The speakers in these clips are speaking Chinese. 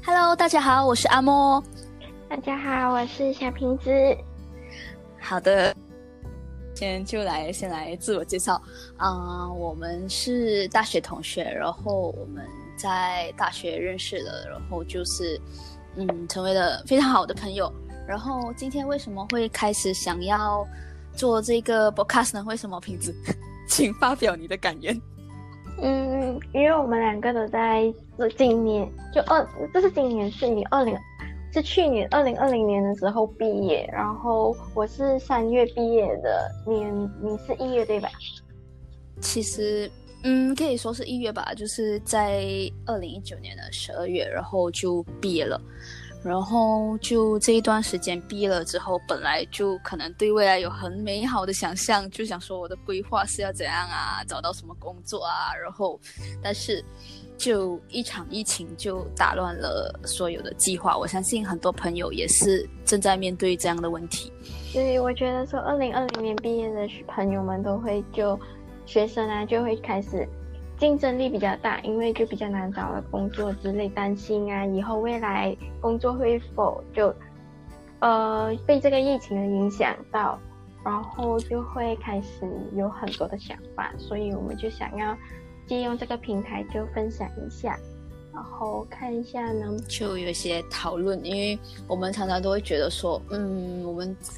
Hello，大家好，我是阿莫。 大家好，我是小瓶子。 好的，先来自我介绍。我们是大学同学，然后我们在大学认识了，然后就是成为了非常好的朋友。然后今天为什么会开始想要做这个 podcast 呢？为什么瓶子？请发表你的感言。 因为我们两个都在今年这是今年是去年2020年的时候毕业，然后我是3月毕业的，你是1月对吧？ 其实可以说是1月吧，就是在2019年的12月，然后就毕业了。然后就这一段时间毕业了之后，本来就可能对未来有很美好的想象，就想说我的规划是要怎样啊，找到什么工作啊，然后但是就一场疫情就打乱了所有的计划。我相信很多朋友也是正在面对这样的问题。 所以我觉得说2020年毕业的朋友们都会学生啊就会开始竞争力比较大，因为就比较难找了工作之类，担心啊以后未来工作会否就被这个疫情的影响到，然后就会开始有很多的想法，所以我们就想要借用这个平台就分享一下，然后看一下呢就有一些讨论。因为我们常常都会觉得说我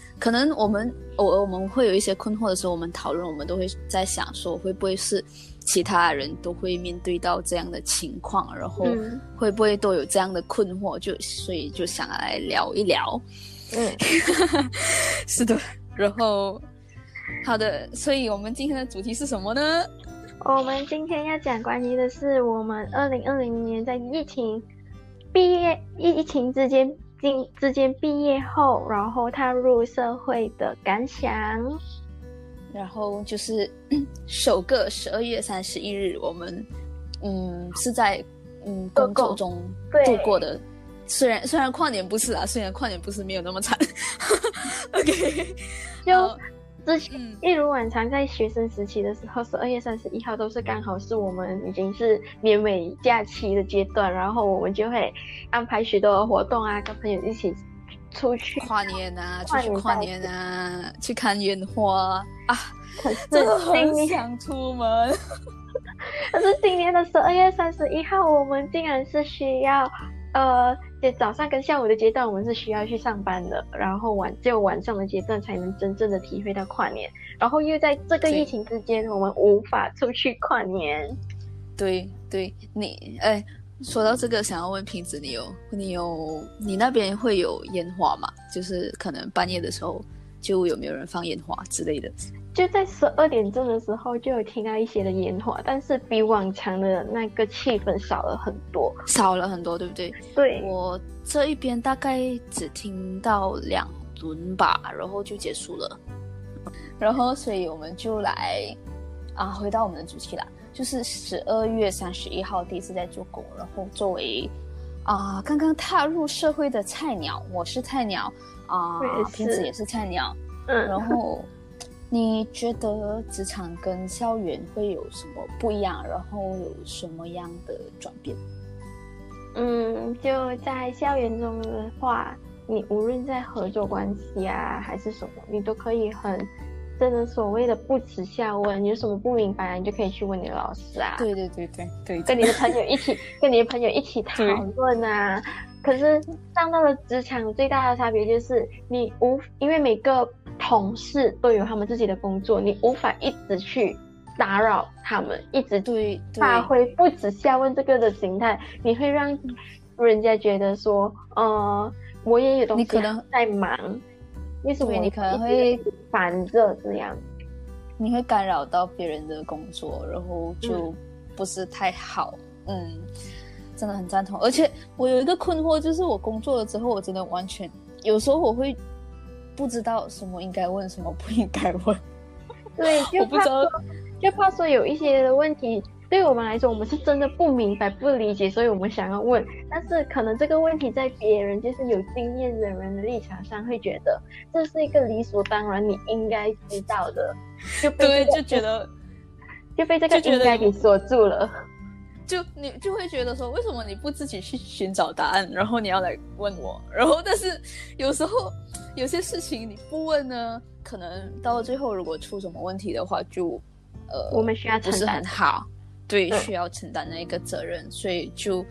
们会有一些困惑的时候，我们讨论我们都会在想说会不会是其他人都会面对到这样的情况，然后会不会都有这样的困惑，所以就想来聊一聊。是的。然后好的，所以我们今天的主题是什么呢？ 我们今天要讲关于的是我们2020年在疫情之间毕业后，然后踏入社会的感想。 然后就是首个12月31日，我们是在工作中度过的。虽然跨年不是啊，虽然跨年不是没有那么惨。OK， 就之前一如往常在学生时期的时候，12月31号都是刚好是我们已经是年尾假期的阶段，然后我们就会安排许多的活动啊，跟朋友一起出去跨年啊，去看烟花啊。 可是真的很想出门。 可是今年的12月31号，我们竟然是需要早上跟下午的阶段我们是需要去上班的，然后只有晚上的阶段才能真正的体会到跨年，然后又在这个疫情之间我们无法出去跨年。 对，说到这个，想要问瓶子，你那边会有烟花吗？就是可能半夜的时候就有没有人放烟花之类的？ 就在12点钟的时候就有听到一些的烟花，但是比往常的那个气氛少了很多，对不对？ 对，我这一边大概只听到2轮吧，然后就结束了。然后所以我们就来回到我们的主题啦，就是12月31号第一次在做工，然后作为刚刚踏入社会的菜鸟，我是菜鸟瓶子也是菜鸟，然后你觉得职场跟校园会有什么不一样，然后有什么样的转变？ 就在校园中的话，你无论在合作关系啊还是什么，你都可以很真的所谓的不耻下问，你有什么不明白你就可以去问你的老师啊， 对， 跟你的朋友一起讨论啊。可是上到了职场最大的差别就是因为每个同事都有他们自己的工作，你无法一直去打扰他们，一直发挥不耻下问这个的形态，你会让人家觉得说我也有东西在忙，为什么你可能会烦着这样， 你会干扰到别人的工作，然后就不是太好。真的很赞同。而且我有一个困惑，就是我工作了之后，我真的完全有时候我会不知道什么应该问，什么不应该问。 对，就怕说有一些的问题对我们来说我们是真的不明白不理解，所以我们想要问，但是可能这个问题在别人就是有经验的人的立场上会觉得这是一个理所当然你应该知道的，就被这个应该给锁住了， 就你就会觉得说，为什么你不自己去寻找答案，然后你要来问我？然后但是有时候有些事情你不问呢，可能到最后如果出什么问题的话，就我们需要承担， 不是很好，对，需要承担那一个责任，所以就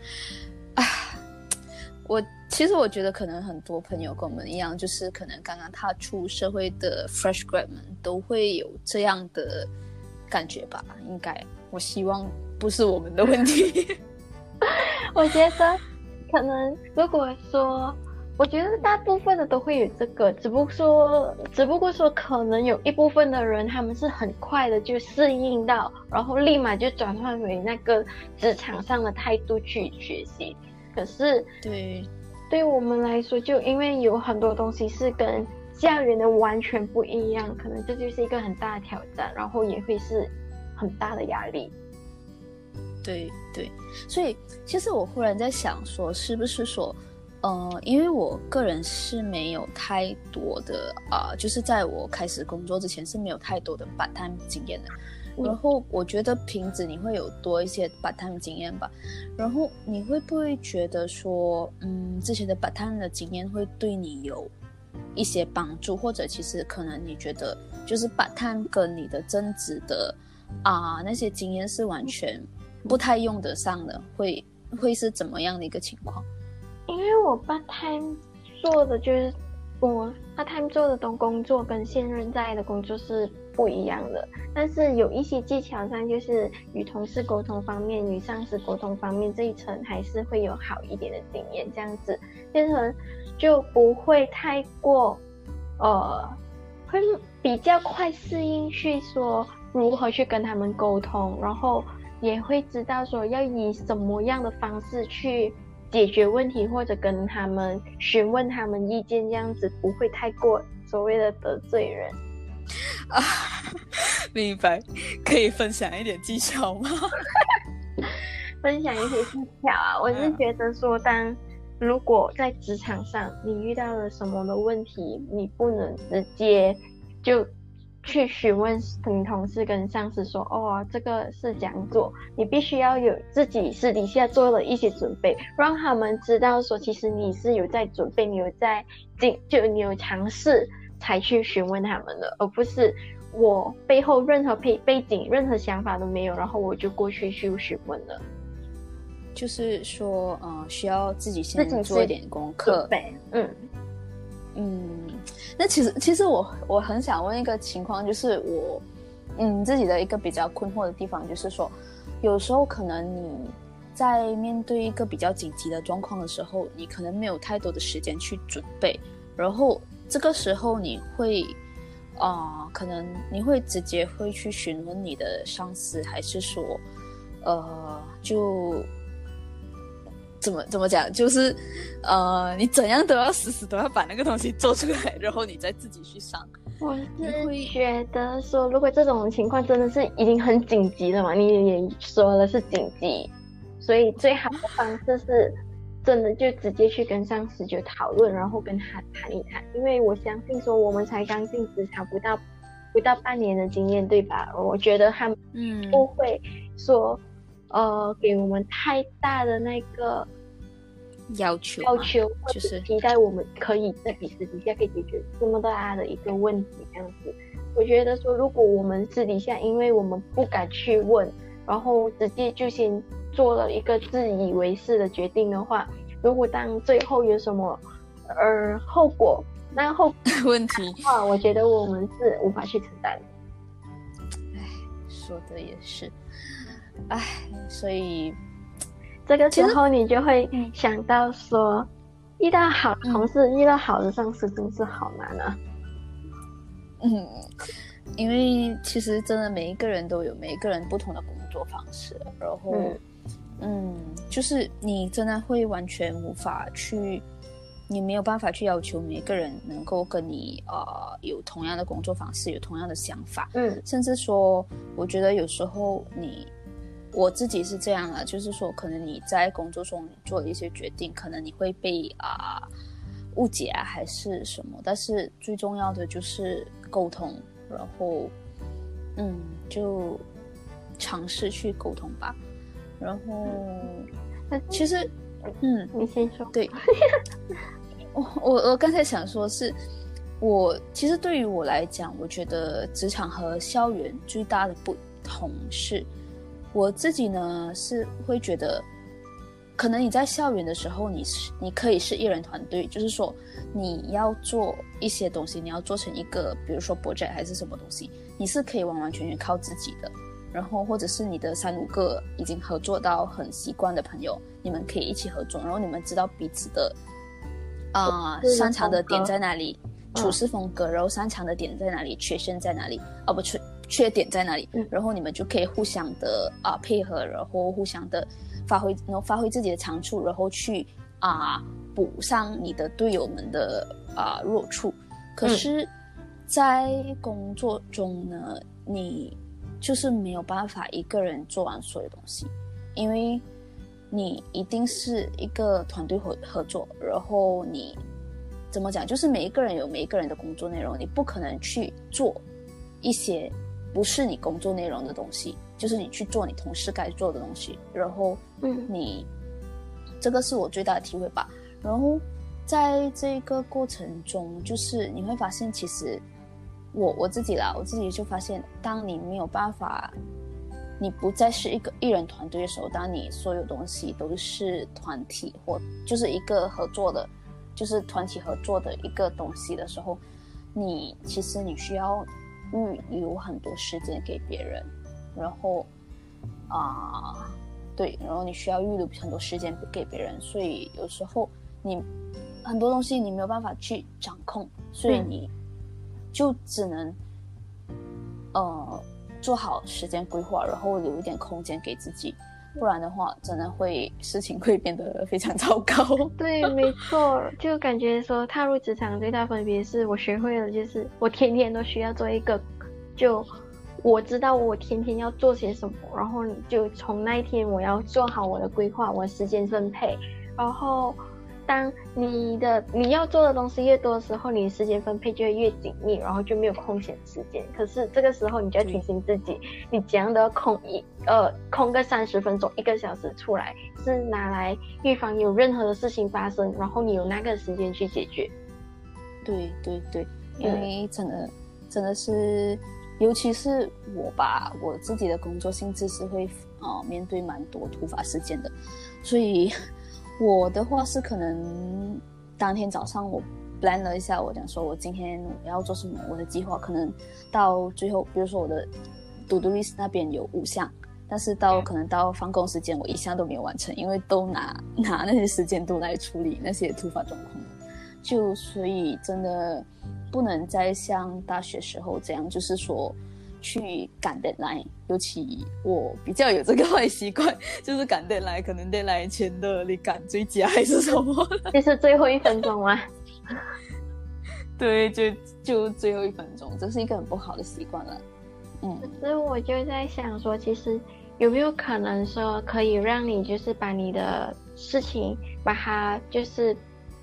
其实我觉得可能很多朋友跟我们一样，就是可能刚刚踏出社会的 fresh grad 们都会有这样的感觉吧，应该，我希望不是我们的问题。 我觉得可能如果说，我觉得大部分的都会有这个，只不过说可能有一部分的人他们是很快的就适应到，然后立马就转换为那个职场上的态度去学习。可是对我们来说，就因为有很多东西是跟校园的完全不一样，可能这就是一个很大的挑战，然后也会是很大的压力。 对，所以其实我忽然在想说，是不是说因为我个人是没有太多的就是在我开始工作之前是没有太多的 part time 经验的，然后我觉得瓶子你会有多一些 part time 经验吧，然后你会不会觉得说之前的 part time 的经验会对你有一些帮助，或者其实可能你觉得就是 part time 跟你的正职的那些经验是完全不太用得上的，会是怎么样的一个情况？ 因为我 part time 做的就是我 part time 做的工作跟现任在的工作是不一样的，但是有一些技巧上，就是与同事沟通方面、与上司沟通方面这一层还是会有好一点的经验，这样子变成就不会太过会比较快适应去说如何去跟他们沟通，然后也会知道说要以什么样的方式去解决问题，或者跟他们询问他们意见，这样子不会太过所谓的得罪人明白，可以分享一点技巧吗？ 分享一些技巧我是觉得说如果在职场上你遇到了什么的问题，你不能直接就去询问你同事跟上司说这个是这样做，你必须要有自己私底下做了一些准备，让他们知道说其实你是有在准备，你有尝试才去询问他们的，而不是我背后任何背景任何想法都没有，然后我就过去询问了。 就是说需要自己先做一点功课。 对， 那其实我很想问一个情况，就是我自己的一个比较困惑的地方，就是说有时候可能你在面对一个比较紧急的状况的时候，你可能没有太多的时间去准备，然后这个时候你会可能你会直接会去询问你的上司，还是说就怎么讲，就是你怎样都要死都要把那个东西做出来，然后你再自己去上。 我是觉得说，如果这种情况真的是已经很紧急了嘛，你也说了是紧急，所以最好的方式是真的就直接去跟上司就讨论，然后跟他谈一谈。因为我相信说我们才刚进职场不到半年的经验，对吧？我觉得他们不会说给我们太大的那个要求或者期待我们可以在私底下可以解决这么大的一个问题，这样子。我觉得说如果我们私底下因为我们不敢去问，然后直接就先做了一个自以为是的决定的话，如果当最后有什么后果问题的话，我觉得我们是无法去承担的。 说的也是，所以这个时候你就会想到说，遇到好的同事，遇到好的上司，真是好难啊。 因为其实真的每一个人都有每一个人不同的工作方式，然后就是你真的会完全无法去，你没有办法去要求每个人能够跟你有同样的工作方式，有同样的想法。甚至说我觉得有时候我自己是这样的，就是说可能你在工作中做了一些决定，可能你会被误解还是什么，但是最重要的就是沟通，然后就尝试去沟通吧。 然后其实你先说。 对，我刚才想说是其实对于我来讲，我觉得职场和校园最大的不同是，我自己呢是会觉得，可能你在校园的时候你可以是一人团队，就是说你要做一些东西，你要做成一个比如说 project 还是什么东西，你是可以完完全全靠自己的，然后或者是你的3-5个已经合作到很习惯的朋友，你们可以一起合作，然后你们知道彼此的擅长的点在哪里，处事风格，然后擅长的点在哪里，缺陷在哪里，缺点在哪里，然后你们就可以互相的配合，然后互相的发挥自己的长处，然后去补上你的队友们的弱处。可是在工作中呢，你就是没有办法一个人做完所有东西，因为你一定是一个团队合作，然后你怎么讲，就是每一个人有每一个人的工作内容，你不可能去做一些不是你工作内容的东西，就是你去做你同事该做的东西，然后这个是我最大的体会吧。然后在这个过程中，就是你会发现其实我自己就发现，当你没有办法，你不再是一人团队的时候，当你所有东西都是团体或就是一个合作的，就是团体合作的一个东西的时候，其实你需要预留很多时间给别人，然后对，然后你需要预留很多时间给别人，所以有时候你很多东西你没有办法去掌控，所以你就只能做好时间规划，然后留一点空间给自己，不然的话真的事情会变得非常糟糕。 对，没错，就感觉说踏入职场最大分别是我学会了，就是我天天都需要做一个，就我知道我天天要做些什么，然后就从那一天我要做好我的规划，我的时间分配，然后当你要做的东西越多的时候，你的时间分配就会越紧密，然后就没有空闲时间。可是这个时候你就要提醒自己，你怎样都要空个30分钟1个小时出来，是拿来预防有任何的事情发生，然后你有那个时间去解决。 对对对，因为真的是，尤其是我自己的工作性质是会面对蛮多突发事件的，所以我的话是可能当天早上我 plan 了一下，我讲说我今天要做什么，我的计划可能到最后，比如说我的 to do list 那边有5项，但是可能到放工时间我1项都没有完成，因为都拿那些时间都来处理那些突发状况，所以真的不能再像大学时候这样，就是说去赶 deadline， 尤其我比较有这个坏习惯，就是赶 deadline， 可能 deadline 前的你赶最佳还是什么的， 就是最后1分钟吗？ 对，就最后1分钟，这是一个很不好的习惯了。 可是我就在想说，其实有没有可能说可以让你就是把你的事情把它就是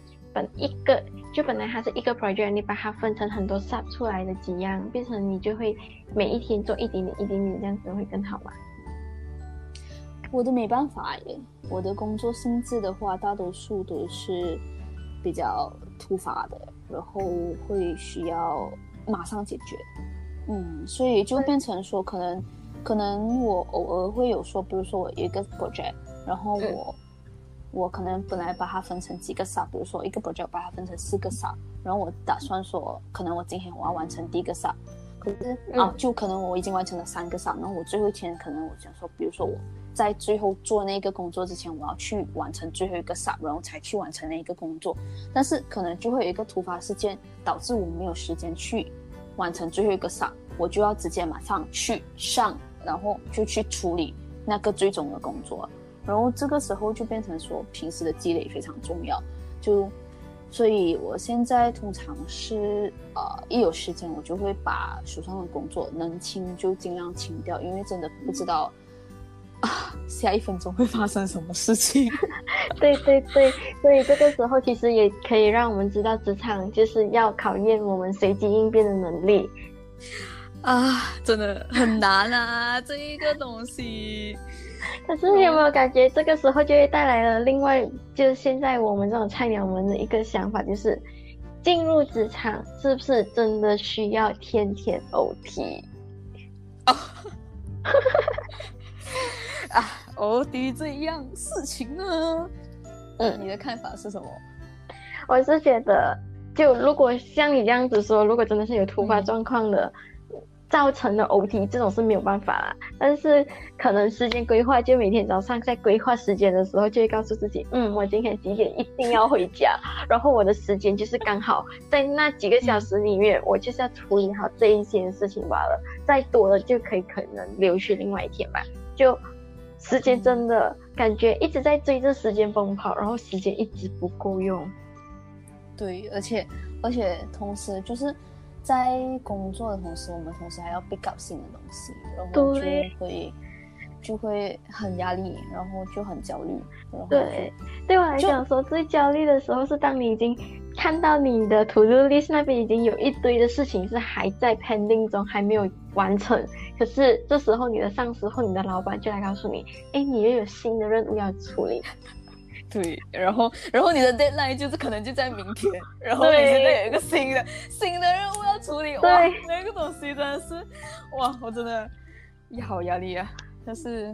本来它是一个 project， 你把它分成很多 sub 出来的几样，变成你就会每一天做一点点一点点，这样子会更好吗？ 我的没办法耶，我的工作性质的话大多数都是比较突发的，然后会需要马上解决，所以就变成说可能我偶尔会有说，比如说我有一个 project， 然后我可能本来把它分成几个 sub， 比如说一个 project 把它分成4个 sub， 然后我打算说可能我今天我要完成第1个 sub， 可是就可能我已经完成了3个 sub， 然后我最后一天可能我想说，比如说我在最后做那个工作之前，我要去完成最后一个 sub， 然后才去完成那一个工作，但是可能就会有一个突发事件导致我没有时间去完成最后一个 sub， 我就要直接马上去上，然后就去处理那个最终的工作，然后这个时候就变成说平时的积累非常重要，所以我现在通常是一有时间我就会把手上的工作能清就尽量清掉，因为真的不知道下1分钟会发生什么事情。 对对对，所以这个时候其实也可以让我们知道职场就是要考验我们随机应变的能力真的很难啊这一个东西。 可是你有没有感觉这个时候就会带来了另外，就是现在我们这种菜鸟们的一个想法，就是进入职场是不是真的需要天天 OT？ OT 这样事情呢？你的看法是什么？ 我是觉得，就如果像你这样子说，如果真的是有突发状况的，造成的 OT 这种是没有办法啦。但是可能时间规划，就每天早上在规划时间的时候，就会告诉自己，我今天几点一定要回家，然后我的时间就是刚好在那几个小时里面，我就是要处理好这一件事情罢了。再多了就可能留去另外一天吧。就时间真的感觉一直在追着时间奔跑，然后时间一直不够用。 对，而且同时就是在工作的同时，我们同时还要 pick up 新的东西，然后就会很压力，然后就很焦虑。 对我来讲说最焦虑的时候是当你已经看到你的 to do list 那边已经有一堆的事情是还在 pending 中，还没有完成，可是这时候你的上司或你的老板就来告诉你，你又有新的任务要处理。 对，然后你的 deadline 就是可能就在明天，然后你现在有一个新的任务要处理，哇，那个东西真的是，哇，我真的好压力啊！但是，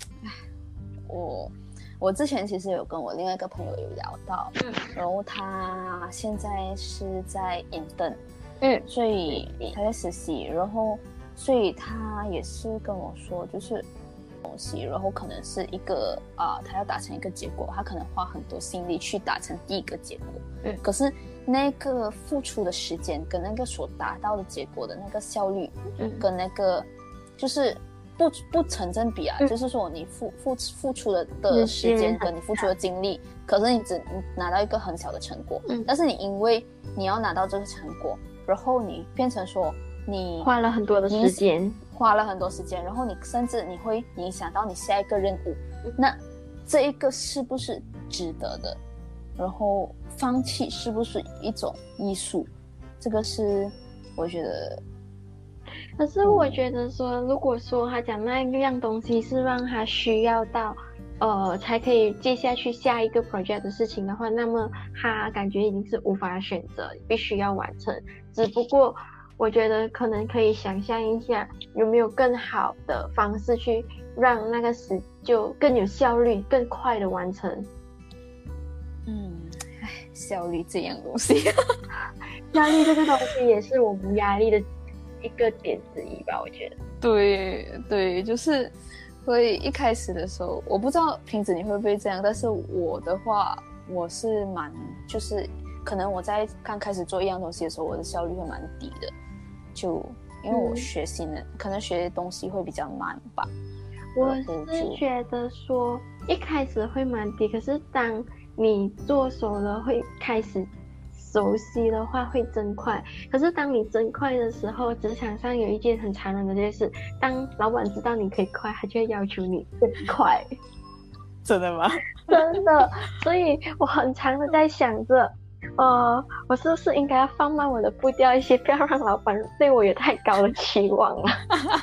我之前其实有跟我另外一个朋友有聊到，然后他现在是在 intern，所以他在实习，然后所以他也是跟我说，就是东西，然后可能是一个他要达成一个结果，他可能花很多心力去达成第一个结果，可是那个付出的时间跟那个所达到的结果的那个效率，跟那个就是不成正比啊，就是说你付出的时间跟你付出的精力，可是你只拿到一个很小的成果，但是你因为你要拿到这个成果，然后你变成说你花了很多的时间， 然后你甚至你会影响到你下一个任务，那这一个是不是值得的？然后放弃是不是一种艺术？这个是我觉得。 可是我觉得说，如果说他讲那样东西是让他需要到才可以接下去下一个 project 的事情的话，那么他感觉已经是无法选择，必须要完成。只不过我觉得可能可以想象一下，有没有更好的方式去让那个事就更有效率、更快的完成。 效率这样东西， 效率这个东西也是我们压力的一个点之一吧，我觉得。 对，就是会一开始的时候，我不知道瓶子你会不会这样，但是我的话，我是就是可能我在刚开始做一样东西的时候，我的效率会蛮低的，就因为我学习呢，可能学的东西会比较慢吧。 我是觉得说一开始会蛮低，可是当你做熟了会开始熟悉的话会增快，可是当你增快的时候，职场上有一件很残忍的就是，当老板知道你可以快，他就会要求你更快。 真的吗？ 真的，所以我很常的在想着，我是不是应该要放慢我的步调一些，不要让老板对我有太高的期望了。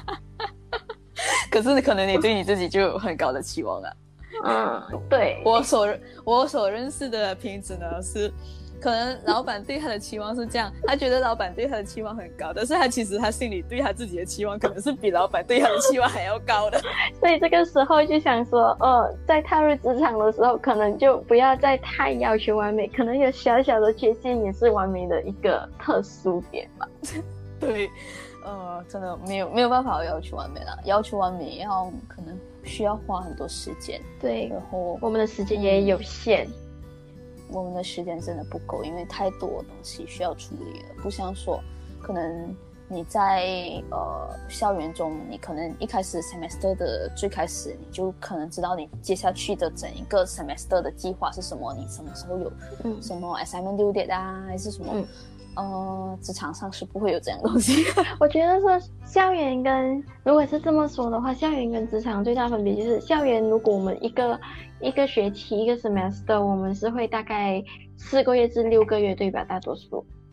可是可能你对你自己就有很高的期望啊。 对， 我所认识的瓶子呢是，可能老板对他的期望是这样，他觉得老板对他的期望很高，但是他其实他心里对他自己的期望可能是比老板对他的期望还要高的。 所以这个时候就想说，在踏入职场的时候，可能就不要再太要求完美，可能有小小的缺陷也是完美的一个特殊点吧。 对，真的没有办法要求完美啦，要求完美可能需要花很多时间。 对， 然后我们的时间也有限。 我们的时间真的不够，因为太多东西需要处理了，不像说可能你在校园中，你可能一开始 semester 的最开始，你就可能知道你接下去的整一个 semester 的计划是什么，你什么时候有什么 assignment due date 啊，还是什么。职场上是不会有这样的东西。 我觉得说校园如果是这么说的话，校园跟职场最大分别就是校园，如果我们一个学期一个 semester， 我们是会大概4个月至6个月，对吧？大多数。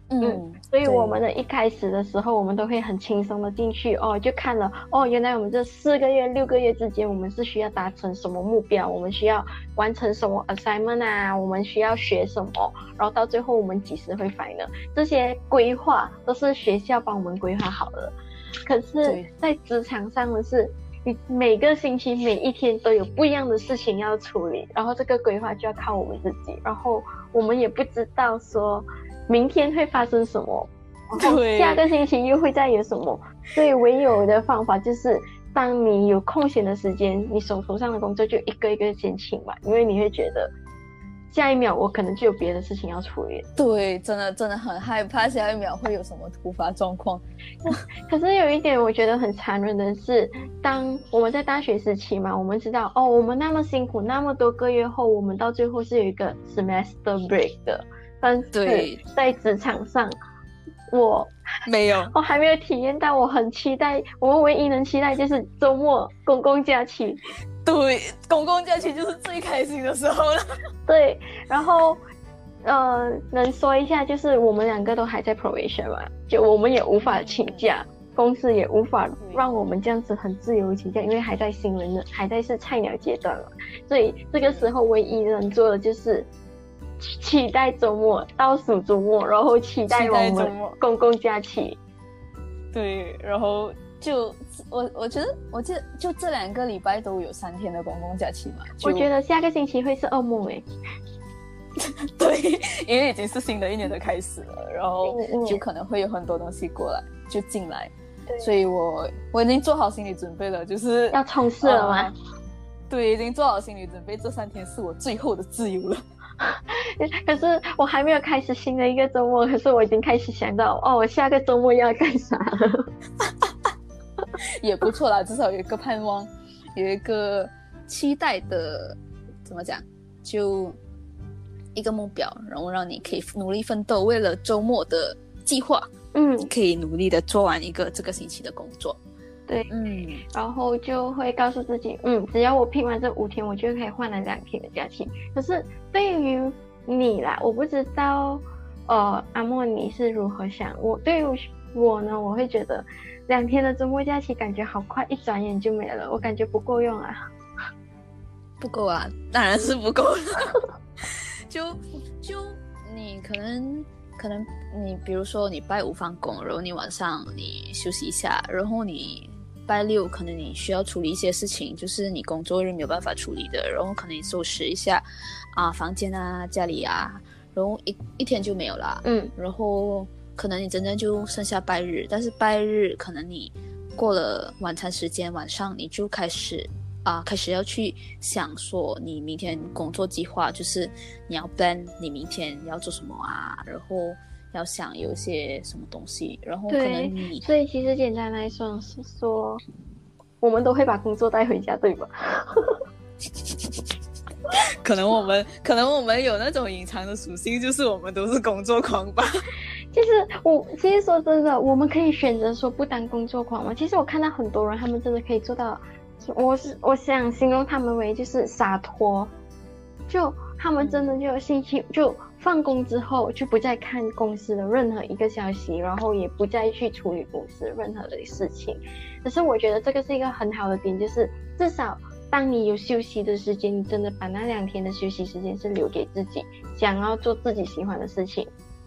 所以我们的一开始的时候，我们都会很轻松的进去就看了原来我们这4个月、6个月之间，我们是需要达成什么目标，我们需要完成什么 assignment 啊，我们需要学什么，然后到最后我们几时会 final， 这些规划都是学校帮我们规划好的。可是在职场上的是，你每个星期每一天都有不一样的事情要处理，然后这个规划就要靠我们自己，然后我们也不知道说明天会发生什么，然后下个星期又会再有什么，所以唯有的方法就是当你有空闲的时间，你手头上的工作就一个一个先清完，因为你会觉得下一秒我可能就有别的事情要处理。 对，真的很害怕下一秒会有什么突发状况。 可是有一点我觉得很残忍的是，当我们在大学时期嘛，我们知道我们那么辛苦，那么多个月后，我们到最后是有一个 semester break 的，但是在职场上我还没有体验到。我很期待，我们唯一能期待就是周末公共假期。 对，公共假期就是最开心的时候了。 对，然后能说一下，就是我们2个都还在 probation 嘛，就我们也无法请假，公司也无法让我们这样子很自由请假，因为还在新人的，还在是菜鸟阶段嘛。所以这个时候唯一能做的就是期待周末，倒数周末，然后期待我们公共假期。 对，然后我记得就这2个礼拜都有3天的公共假期嘛。 我觉得下个星期会是噩梦对，因为已经是新的一年的开始了，然后就可能会有很多东西过来就进来，所以我已经做好心理准备了，就是要冲刺了吗？ 对，已经做好心理准备，这3天是我最后的自由了。 可是我还没有开始新的一个周末，可是我已经开始想到我下个周末要干啥了。 也不错啦，至少有一个盼望，有一个期待的，怎么讲，就一个目标，然后让你可以努力奋斗，为了周末的计划可以努力的做完这个星期的工作。 对，然后就会告诉自己只要我拼完这5天，我就可以换来2天的假期。可是对于你啦，我不知道阿莫你是如何想。对于我呢，我会觉得2天的周末假期感觉好快，一转眼就没了，我感觉不够用啊。 不够啊，当然是不够了。就你可能你比如说你拜5放工，然后你晚上你休息一下，然后你拜6可能你需要处理一些事情，就是你工作日没有办法处理的，然后可能你收拾一下房间啊、家里啊，然后一天就没有了。然后可能你真正就剩下拜日，但是拜日可能你过了晚餐时间，晚上你就开始要去想说你明天工作计划，就是你要 plan 你明天要做什么然后要想有一些什么东西，然后可能所以其实简单来说是说，我们都会把工作带回家，对吧？ 可能我们有那种隐藏的属性，就是我们都是工作狂吧。 其实说真的，我们可以选择说不当工作狂嘛。其实我看到很多人，他们真的可以做到。我想形容他们为就是洒脱，就他们真的就有兴趣，就放工之后就不再看公司的任何一个消息，然后也不再去处理公司任何的事情。可是我觉得这个是一个很好的点，就是至少当你有休息的时间，你真的把那2天的休息时间是留给自己，想要做自己喜欢的事情。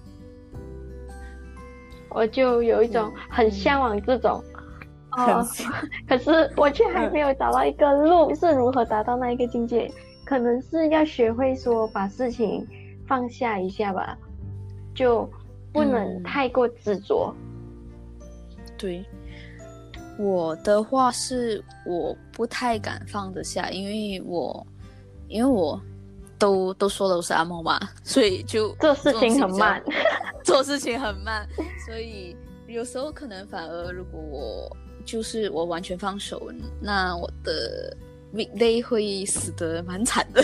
我就有一种很向往这种可是我却还没有找到一个路是如何达到那一个境界，可能是要学会说把事情放下一下吧，就不能太过执着。 对，我的话是我不太敢放得下，因为我都说了我是阿猫嘛，所以就做事情很慢做事情很慢，所以有时候可能反而如果我完全放手，那我的 weekday 会死得蛮惨的。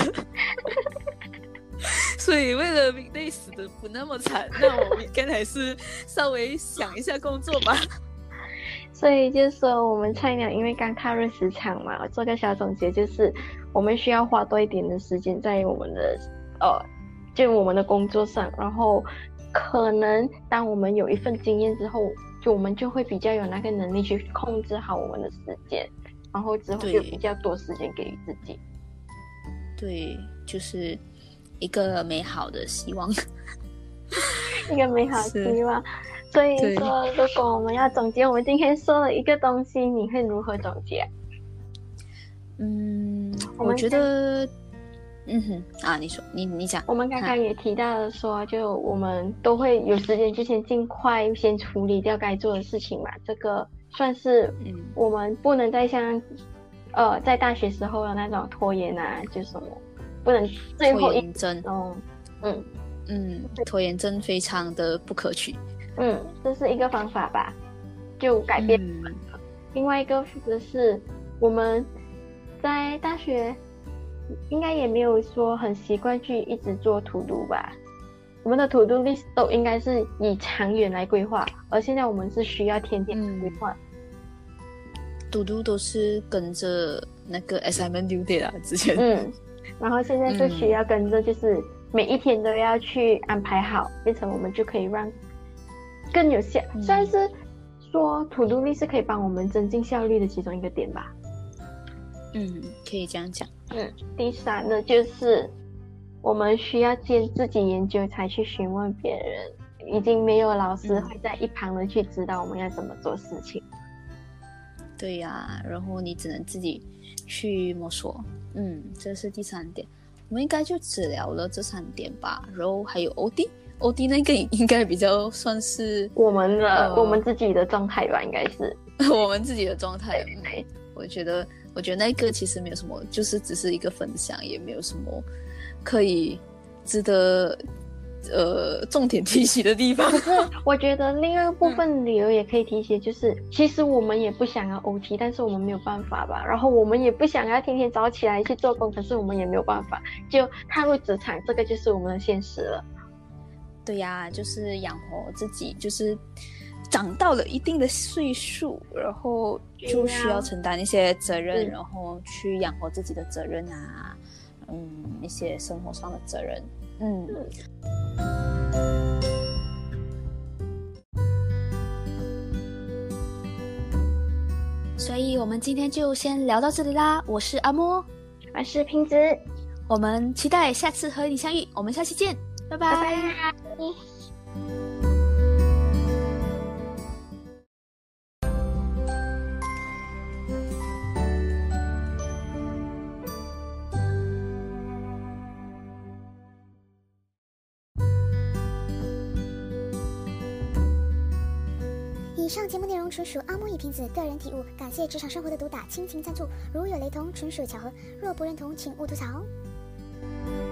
所以为了 weekday 死得不那么惨，那我 weekend 还是稍微想一下工作吧。 所以就是说我们菜鸟因为刚踏入职场嘛，我做个小总结，就是我们需要花多一点的时间在我们的就我们的工作上，然后可能当我们有一份经验之后，我们就会比较有那个能力去控制好我们的时间，然后之后就比较多时间给予自己。 对，就是一个美好的希望。 一个美好的希望。所以说，如果我们要总结我们今天说的一个东西，你会如何总结？ 我觉得，你说，你讲。 我们刚刚也提到了说，就我们都会有时间就先尽快先处理掉该做的事情嘛，这个算是我们不能再像在大学时候的那种拖延啊，就什么不能最后拖延症。拖延症非常的不可取。 这是一个方法吧，就改变。另外一个就是我们在大学应该也没有说很习惯去一直做to do吧，我们的to do list 都应该是以长远来规划，而现在我们是需要天天规划。 to do 都是跟着那个 assignment due date 之前。 然后现在是需要跟着，就是每一天都要去安排好，变成我们就可以让更有效。虽然是说to do list是可以帮我们增进效率的其中一个点吧。 可以这样讲。 第三呢，就是我们需要先自己研究才去询问别人，已经没有老师会在一旁的去指导我们要怎么做事情。 对呀，然后你只能自己去摸索。这是第三点，我们应该就只聊了这3点吧。然后还有 OD 那个应该比较算是我们自己的状态吧，应该是我们自己的状态。我觉得那个其实没有什么，就是只是一个分享，也没有什么可以值得重点提起的地方。 我觉得另外一个部分理由也可以提起，就是其实我们也不想要 OT， 但是我们没有办法吧。然后我们也不想要天天早起来去做工，可是我们也没有办法。就踏入职场，这个就是我们的现实了。 对呀，就是养活自己，就是长到了一定的岁数，然后就需要承担一些责任，然后去养活自己的责任啊，一些生活上的责任。所以我们今天就先聊到这里啦。我是阿莫， 我是瓶子， 我们期待下次和你相遇。我们下期见，拜拜。 拜拜。 以上节目内容纯属阿莫与瓶子个人体悟，感谢职场生活的毒打亲情赞助，如有雷同，纯属巧合，若不认同，请勿吐槽。